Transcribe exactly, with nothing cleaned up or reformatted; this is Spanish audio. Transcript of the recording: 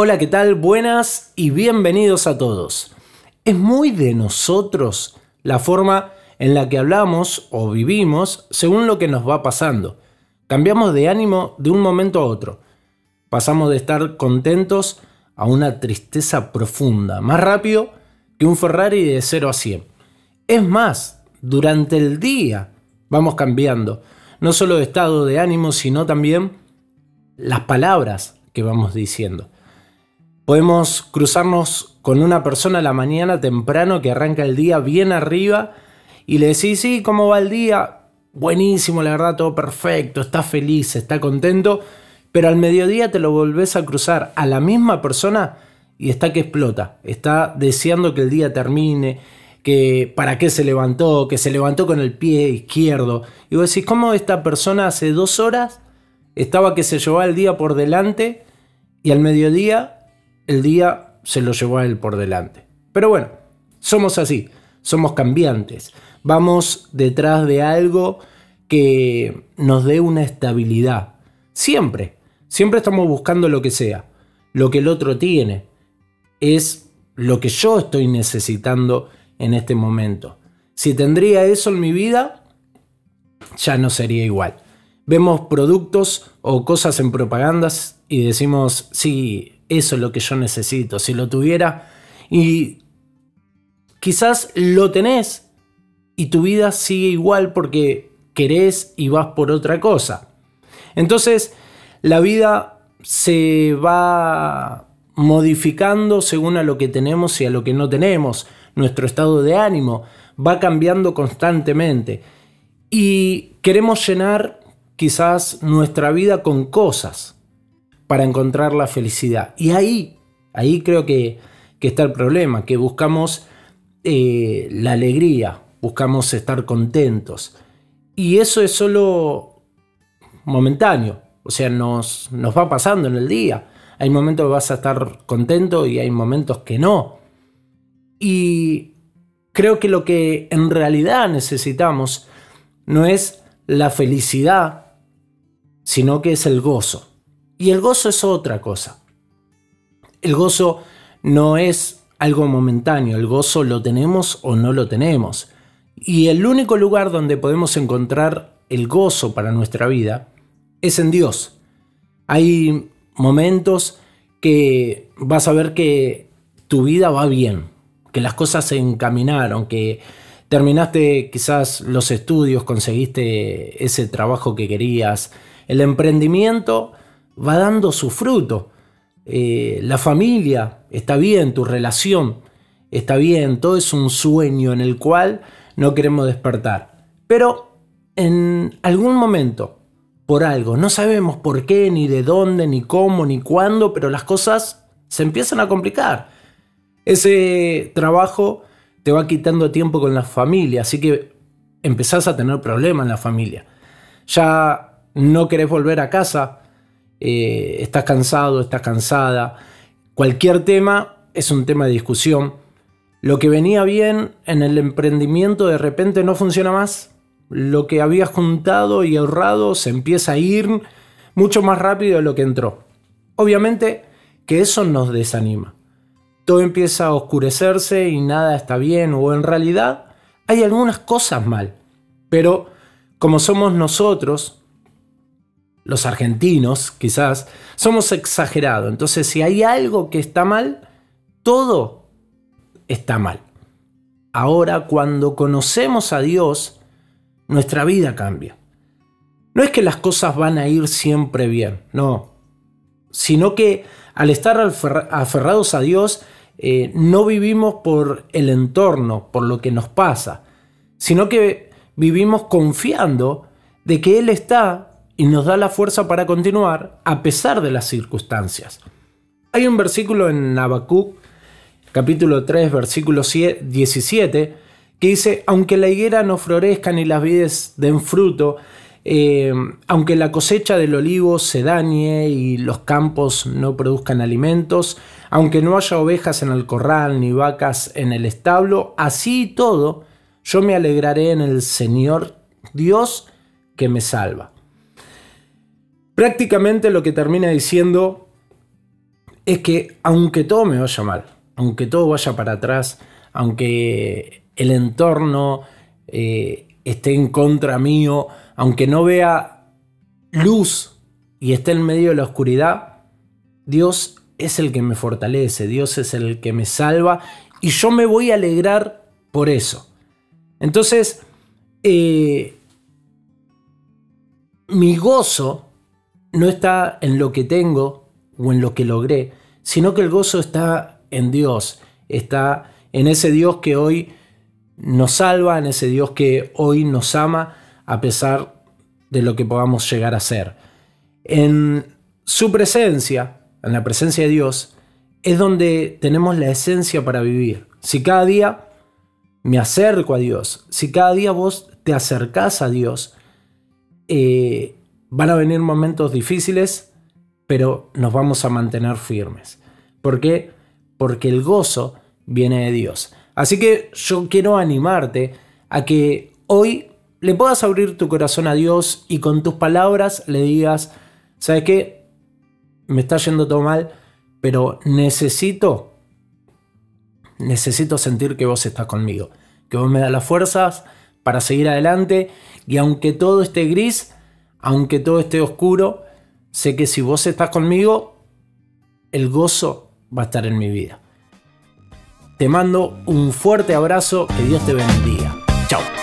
Hola, ¿qué tal? Buenas y bienvenidos a todos. Es muy de nosotros la forma en la que hablamos o vivimos según lo que nos va pasando. Cambiamos de ánimo de un momento a otro. Pasamos de estar contentos a una tristeza profunda, más rápido que un Ferrari de cero a cien. Es más, durante el día vamos cambiando, no solo de estado de ánimo, sino también las palabras que vamos diciendo. Podemos cruzarnos con una persona a la mañana temprano que arranca el día bien arriba y le decís, sí, ¿cómo va el día? Buenísimo, la verdad, todo perfecto, está feliz, está contento, pero al mediodía te lo volvés a cruzar a la misma persona y está que explota, está deseando que el día termine, que para qué se levantó, que se levantó con el pie izquierdo. Y vos decís, ¿cómo esta persona hace dos horas estaba que se llevaba el día por delante y al mediodía el día se lo llevó a él por delante? Pero bueno, somos así, somos cambiantes. Vamos detrás de algo que nos dé una estabilidad. Siempre, siempre estamos buscando lo que sea. Lo que el otro tiene es lo que yo estoy necesitando en este momento. Si tendría eso en mi vida, ya no sería igual. Vemos productos o cosas en propagandas y decimos, sí, eso es lo que yo necesito, si lo tuviera, y quizás lo tenés y tu vida sigue igual porque querés y vas por otra cosa. Entonces la vida se va modificando según a lo que tenemos y a lo que no tenemos. Nuestro estado de ánimo va cambiando constantemente y queremos llenar quizás nuestra vida con cosas para encontrar la felicidad. Y ahí, ahí creo que, que está el problema, que buscamos eh, la alegría, buscamos estar contentos. Y eso es solo momentáneo, o sea, nos, nos va pasando en el día. Hay momentos que vas a estar contento y hay momentos que no. Y creo que lo que en realidad necesitamos no es la felicidad, sino que es el gozo. Y el gozo es otra cosa. El gozo no es algo momentáneo. El gozo lo tenemos o no lo tenemos. Y el único lugar donde podemos encontrar el gozo para nuestra vida es en Dios. Hay momentos que vas a ver que tu vida va bien, que las cosas se encaminaron, que terminaste quizás los estudios, conseguiste ese trabajo que querías. El emprendimiento va dando su fruto. Eh, la familia está bien, tu relación está bien, todo es un sueño en el cual no queremos despertar. Pero en algún momento, por algo, no sabemos por qué, ni de dónde, ni cómo, ni cuándo, pero las cosas se empiezan a complicar. Ese trabajo te va quitando tiempo con la familia, así que empezás a tener problemas en la familia. Ya no querés volver a casa. Eh, estás cansado, estás cansada. Cualquier tema es un tema de discusión. Lo que venía bien en el emprendimiento de repente no funciona más. Lo que habías juntado y ahorrado se empieza a ir mucho más rápido de lo que entró. Obviamente que eso nos desanima. Todo empieza a oscurecerse y nada está bien, o en realidad hay algunas cosas mal. Pero como somos nosotros, los argentinos, quizás, somos exagerados. Entonces, si hay algo que está mal, todo está mal. Ahora, cuando conocemos a Dios, nuestra vida cambia. No es que las cosas van a ir siempre bien, no. Sino que al estar aferrados a Dios, eh, no vivimos por el entorno, por lo que nos pasa, sino que vivimos confiando de que Él está y nos da la fuerza para continuar a pesar de las circunstancias. Hay un versículo en Habacuc, capítulo tres, versículo diecisiete, que dice, aunque la higuera no florezca ni las vides den fruto, eh, aunque la cosecha del olivo se dañe y los campos no produzcan alimentos, aunque no haya ovejas en el corral ni vacas en el establo, así y todo, yo me alegraré en el Señor Dios que me salva. Prácticamente lo que termina diciendo es que aunque todo me vaya mal, aunque todo vaya para atrás, aunque el entorno eh, esté en contra mío, aunque no vea luz y esté en medio de la oscuridad, Dios es el que me fortalece, Dios es el que me salva y yo me voy a alegrar por eso. Entonces, eh, mi gozo no está en lo que tengo o en lo que logré, sino que el gozo está en Dios, está en ese Dios que hoy nos salva, en ese Dios que hoy nos ama a pesar de lo que podamos llegar a ser. En su presencia, en la presencia de Dios, es donde tenemos la esencia para vivir. Si cada día me acerco a Dios, si cada día vos te acercás a Dios, eh, van a venir momentos difíciles, pero nos vamos a mantener firmes. ¿Por qué? Porque el gozo viene de Dios. Así que yo quiero animarte a que hoy le puedas abrir tu corazón a Dios y con tus palabras le digas, ¿sabes qué? Me está yendo todo mal, pero necesito, necesito sentir que vos estás conmigo, que vos me das las fuerzas para seguir adelante y aunque todo esté gris, aunque todo esté oscuro, sé que si vos estás conmigo, el gozo va a estar en mi vida. Te mando un fuerte abrazo, que Dios te bendiga. Chao.